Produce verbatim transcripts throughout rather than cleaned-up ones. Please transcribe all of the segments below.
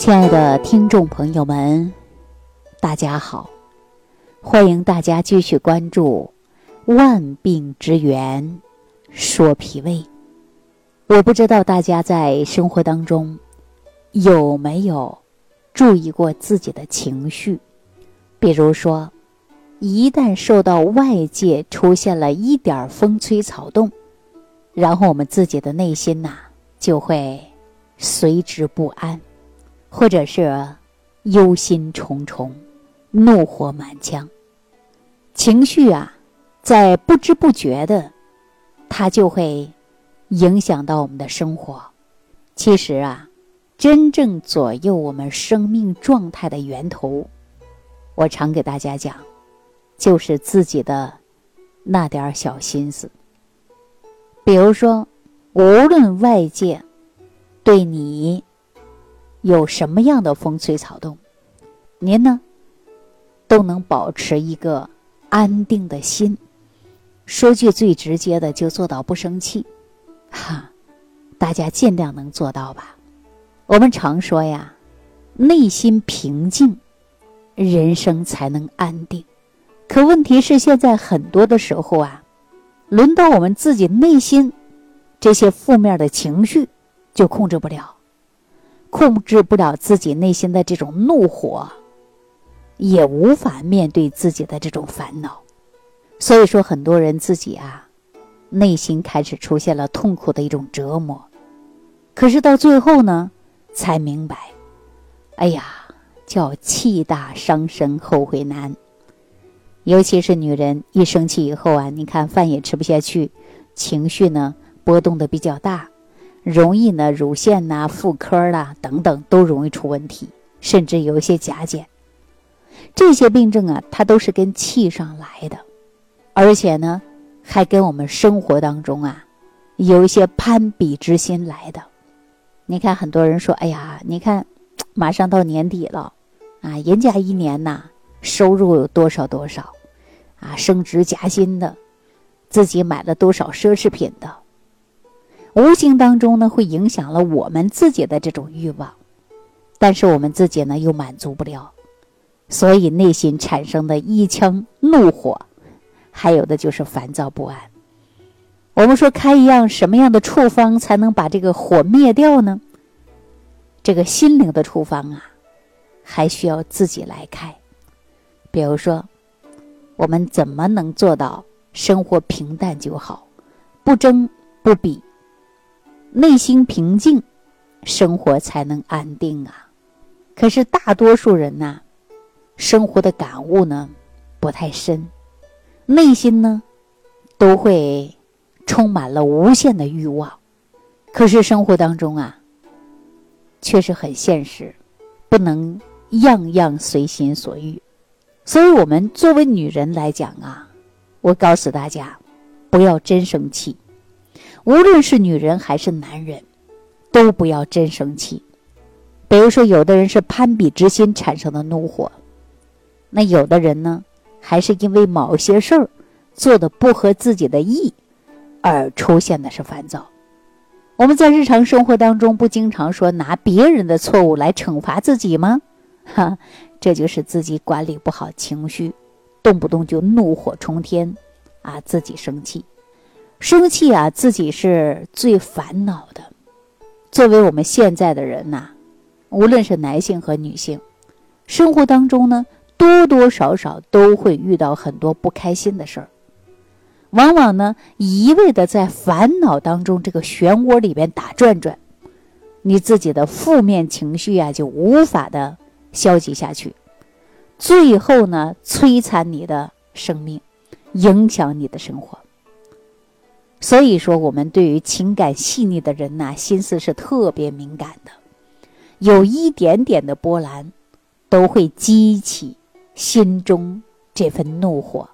亲爱的听众朋友们，大家好，欢迎大家继续关注万病之源说脾胃。我不知道大家在生活当中有没有注意过自己的情绪，比如说一旦受到外界出现了一点风吹草动，然后我们自己的内心呐、啊、就会随之不安，或者是忧心忡忡，怒火满腔。情绪啊在不知不觉的它就会影响到我们的生活。其实啊真正左右我们生命状态的源头，我常给大家讲，就是自己的那点小心思。比如说无论外界对你有什么样的风吹草动，您呢都能保持一个安定的心。说句最直接的，就做到不生气哈，大家尽量能做到吧。我们常说呀，内心平静，人生才能安定。可问题是现在很多的时候啊，轮到我们自己内心这些负面的情绪就控制不了，控制不了自己内心的这种怒火，也无法面对自己的这种烦恼。所以说很多人自己啊内心开始出现了痛苦的一种折磨，可是到最后呢才明白，哎呀，叫气大伤身后悔难。尤其是女人一生气以后啊，你看饭也吃不下去，情绪呢波动的比较大，容易呢乳腺呐、妇科啦等等都容易出问题，甚至有一些甲减。这些病症啊它都是跟气上来的，而且呢还跟我们生活当中啊有一些攀比之心来的。你看很多人说，哎呀，你看马上到年底了啊，人家一年呐收入有多少多少啊，升职加薪的，自己买了多少奢侈品的，无形当中呢会影响了我们自己的这种欲望，但是我们自己呢又满足不了，所以内心产生的一腔怒火，还有的就是烦躁不安。我们说开一样什么样的处方才能把这个火灭掉呢？这个心灵的处方啊还需要自己来开。比如说我们怎么能做到生活平淡就好，不争不比，内心平静，生活才能安定啊。可是大多数人呐、啊、生活的感悟呢不太深，内心呢都会充满了无限的欲望，可是生活当中啊确实很现实，不能样样随心所欲。所以我们作为女人来讲啊，我告诉大家不要真生气，无论是女人还是男人都不要真生气。比如说有的人是攀比之心产生的怒火，那有的人呢还是因为某些事儿做的不合自己的意而出现的是烦躁。我们在日常生活当中不经常说拿别人的错误来惩罚自己吗？哈，这就是自己管理不好情绪，动不动就怒火冲天啊，自己生气。生气啊自己是最烦恼的。作为我们现在的人呐、啊，无论是男性和女性，生活当中呢多多少少都会遇到很多不开心的事儿，往往呢一味的在烦恼当中这个漩涡里边打转转，你自己的负面情绪啊就无法的消极下去，最后呢摧残你的生命，影响你的生活。所以说我们对于情感细腻的人呐、啊，心思是特别敏感的，有一点点的波澜都会激起心中这份怒火。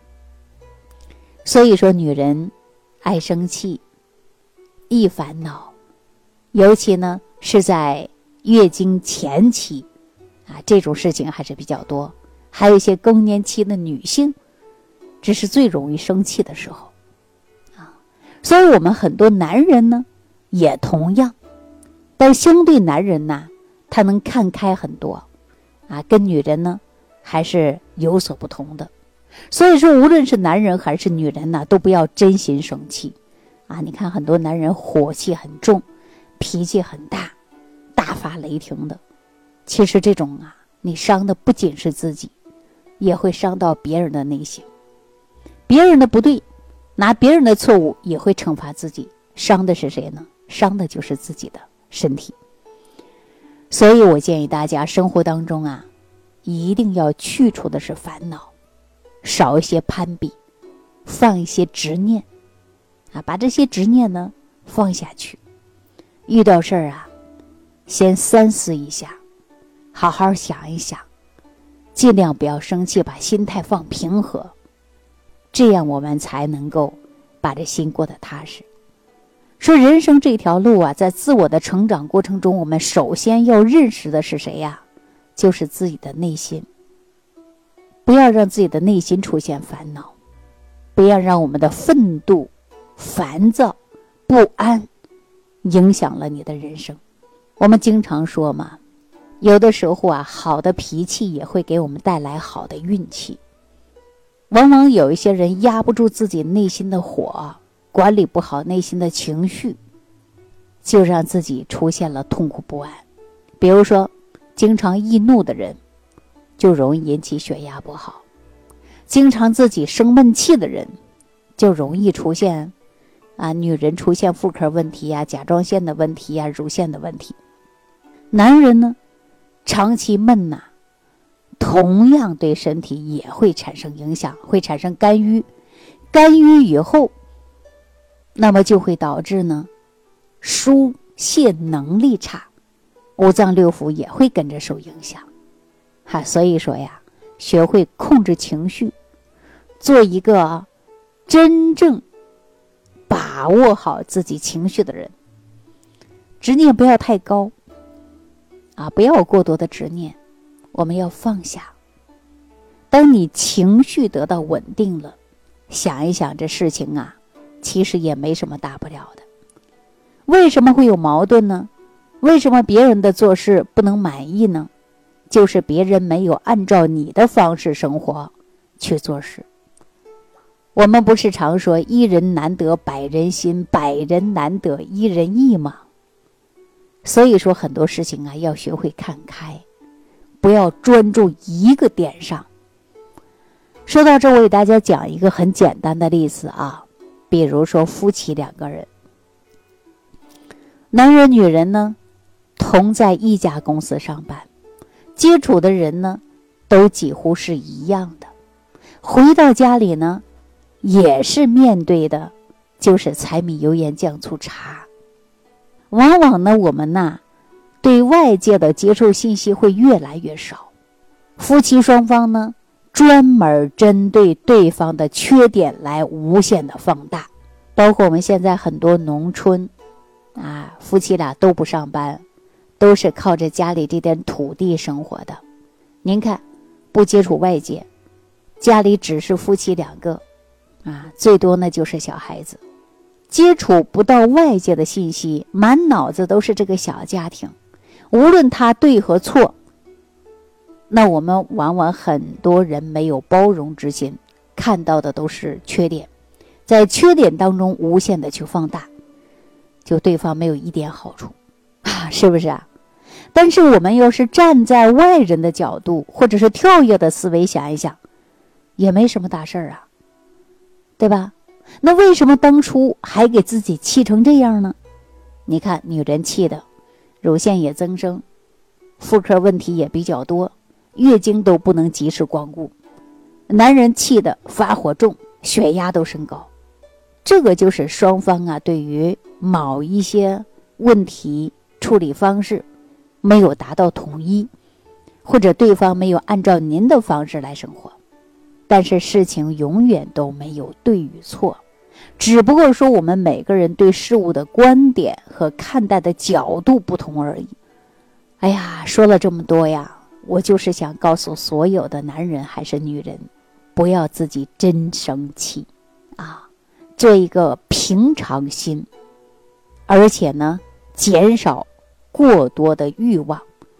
所以说女人爱生气，易烦恼，尤其呢是在月经前期啊，这种事情还是比较多。还有一些更年期的女性，这是最容易生气的时候啊。所以我们很多男人呢也同样，但相对男人呢、啊、 他能看开很多啊，跟女人呢还是有所不同的。所以说无论是男人还是女人呢，都不要真心生气啊！你看很多男人火气很重，脾气很大，大发雷霆的，其实这种啊，你伤的不仅是自己，也会伤到别人的内心。别人的不对，拿别人的错误也会惩罚自己，伤的是谁呢？伤的就是自己的身体。所以我建议大家生活当中啊，一定要去除的是烦恼，少一些攀比，放一些执念啊，把这些执念呢放下去。遇到事儿啊，先三思一下，好好想一想，尽量不要生气，把心态放平和，这样我们才能够把这心过得踏实。说人生这条路啊，在自我的成长过程中，我们首先要认识的是谁呀？就是自己的内心。不要让自己的内心出现烦恼，不要让我们的愤怒、烦躁、不安影响了你的人生。我们经常说嘛，有的时候啊，好的脾气也会给我们带来好的运气。往往有一些人压不住自己内心的火，管理不好内心的情绪，就让自己出现了痛苦不安。比如说经常易怒的人，就容易引起血压不好；经常自己生闷气的人，就容易出现啊，女人出现妇科问题呀、甲状腺的问题呀、乳腺的问题。男人呢，长期闷呐、啊，同样对身体也会产生影响，会产生肝郁。肝郁以后，那么就会导致呢，疏泄能力差，五脏六腑也会跟着受影响。哈，所以说呀，学会控制情绪，做一个真正把握好自己情绪的人。执念不要太高啊，不要有过多的执念，我们要放下。当你情绪得到稳定了，想一想这事情啊，其实也没什么大不了的。为什么会有矛盾呢？为什么别人的做事不能满意呢？就是别人没有按照你的方式生活去做事。我们不是常说一人难得百人心，百人难得一人意吗？所以说很多事情啊，要学会看开，不要专注一个点上。说到这，我给大家讲一个很简单的例子啊，比如说夫妻两个人，男人女人呢，同在一家公司上班，接触的人呢，都几乎是一样的。回到家里呢，也是面对的就是柴米油盐酱醋茶。往往呢，我们呐，对外界的接触信息会越来越少。夫妻双方呢，专门针对对方的缺点来无限的放大。包括我们现在很多农村啊，夫妻俩都不上班，都是靠着家里这点土地生活的。您看，不接触外界，家里只是夫妻两个啊，最多呢就是小孩子，接触不到外界的信息，满脑子都是这个小家庭，无论他对和错，那我们往往很多人没有包容之心，看到的都是缺点，在缺点当中无限的去放大，就对方没有一点好处啊，是不是啊？但是我们要是站在外人的角度，或者是跳跃的思维想一想，也没什么大事儿啊，对吧？那为什么当初还给自己气成这样呢？你看女人气的乳腺也增生，妇科问题也比较多，月经都不能及时光顾，男人气的发火重，血压都升高。这个就是双方啊，对于某一些问题处理方式没有达到统一，或者对方没有按照您的方式来生活。但是事情永远都没有对与错，只不过说我们每个人对事物的观点和看待的角度不同而已。哎呀，说了这么多呀，我就是想告诉所有的男人还是女人，不要自己真生气啊，做一个平常心，而且呢，减少过多的欲望，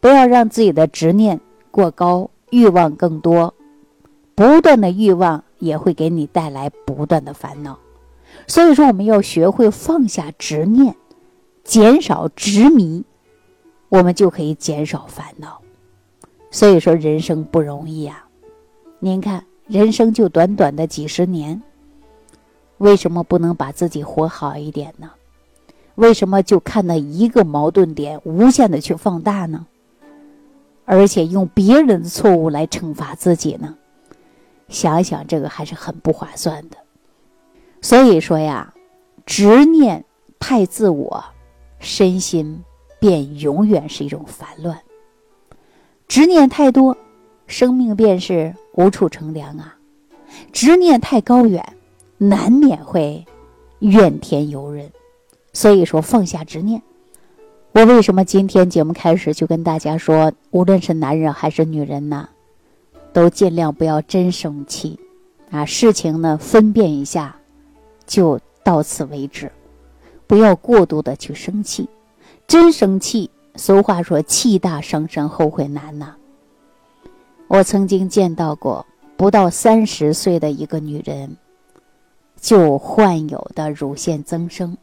不要让自己的执念过高，欲望更多，不断的欲望也会给你带来不断的烦恼。所以说我们要学会放下执念，减少执迷，我们就可以减少烦恼。所以说人生不容易啊，您看人生就短短的几十年，为什么不能把自己活好一点呢？为什么就看到一个矛盾点无限的去放大呢？而且用别人的错误来惩罚自己呢？想一想，这个还是很不划算的。所以说呀，执念太自我，身心便永远是一种烦乱。执念太多，生命便是无处乘凉啊。执念太高远，难免会怨天尤人。所以说放下执念。我为什么今天节目开始就跟大家说，无论是男人还是女人呢，都尽量不要真生气啊，事情呢分辨一下就到此为止，不要过度的去生气。真生气，俗话说气大伤身后悔难呐、啊。我曾经见到过不到三十岁的一个女人，就患有的乳腺增生、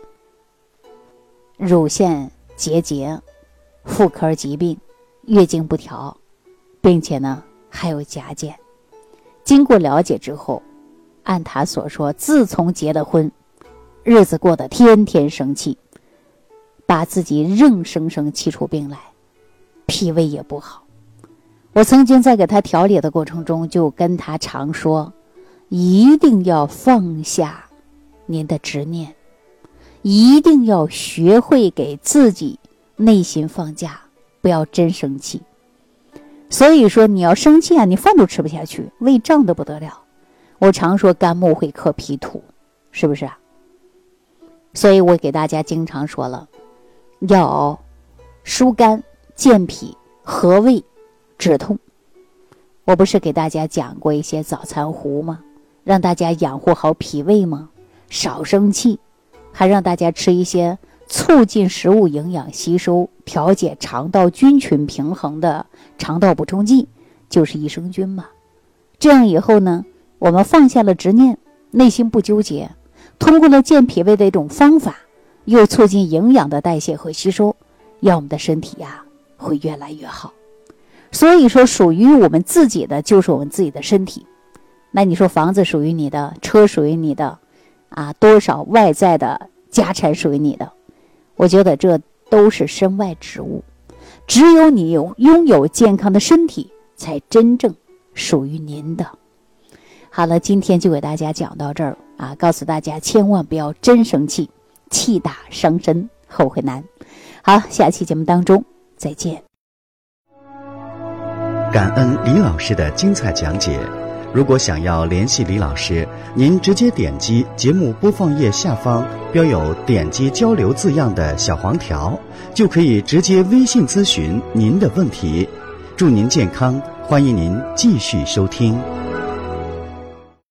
乳腺结节、妇科疾病、月经不调，并且呢还有甲减。经过了解之后，按她所说，自从结了婚，日子过得天天生气，把自己硬生生气出病来，脾胃也不好。我曾经在给她调理的过程中，就跟她常说，一定要放下您的执念，一定要学会给自己内心放假，不要真生气。所以说你要生气啊，你饭都吃不下去，胃胀得不得了。我常说肝木会克脾土，是不是啊？所以我给大家经常说了，要疏肝健脾和胃止痛。我不是给大家讲过一些早餐壶吗？让大家养护好脾胃吗？少生气，还让大家吃一些促进食物营养吸收、调节肠道菌群平衡的肠道补充剂，就是益生菌嘛。这样以后呢，我们放下了执念，内心不纠结，通过了健脾胃的一种方法，又促进营养的代谢和吸收，让我们的身体呀、啊、会越来越好。所以说属于我们自己的就是我们自己的身体。那你说房子属于你的，车属于你的啊，多少外在的家产属于你的，我觉得这都是身外之物。只有你有拥有健康的身体，才真正属于您的。好了，今天就给大家讲到这儿啊，告诉大家千万不要真生气，气大伤身后悔难。好，下期节目当中再见。 感恩李老师的精彩讲解。如果想要联系李老师，您直接点击节目播放页下方标有点击交流字样的小黄条，就可以直接微信咨询您的问题。祝您健康，欢迎您继续收听。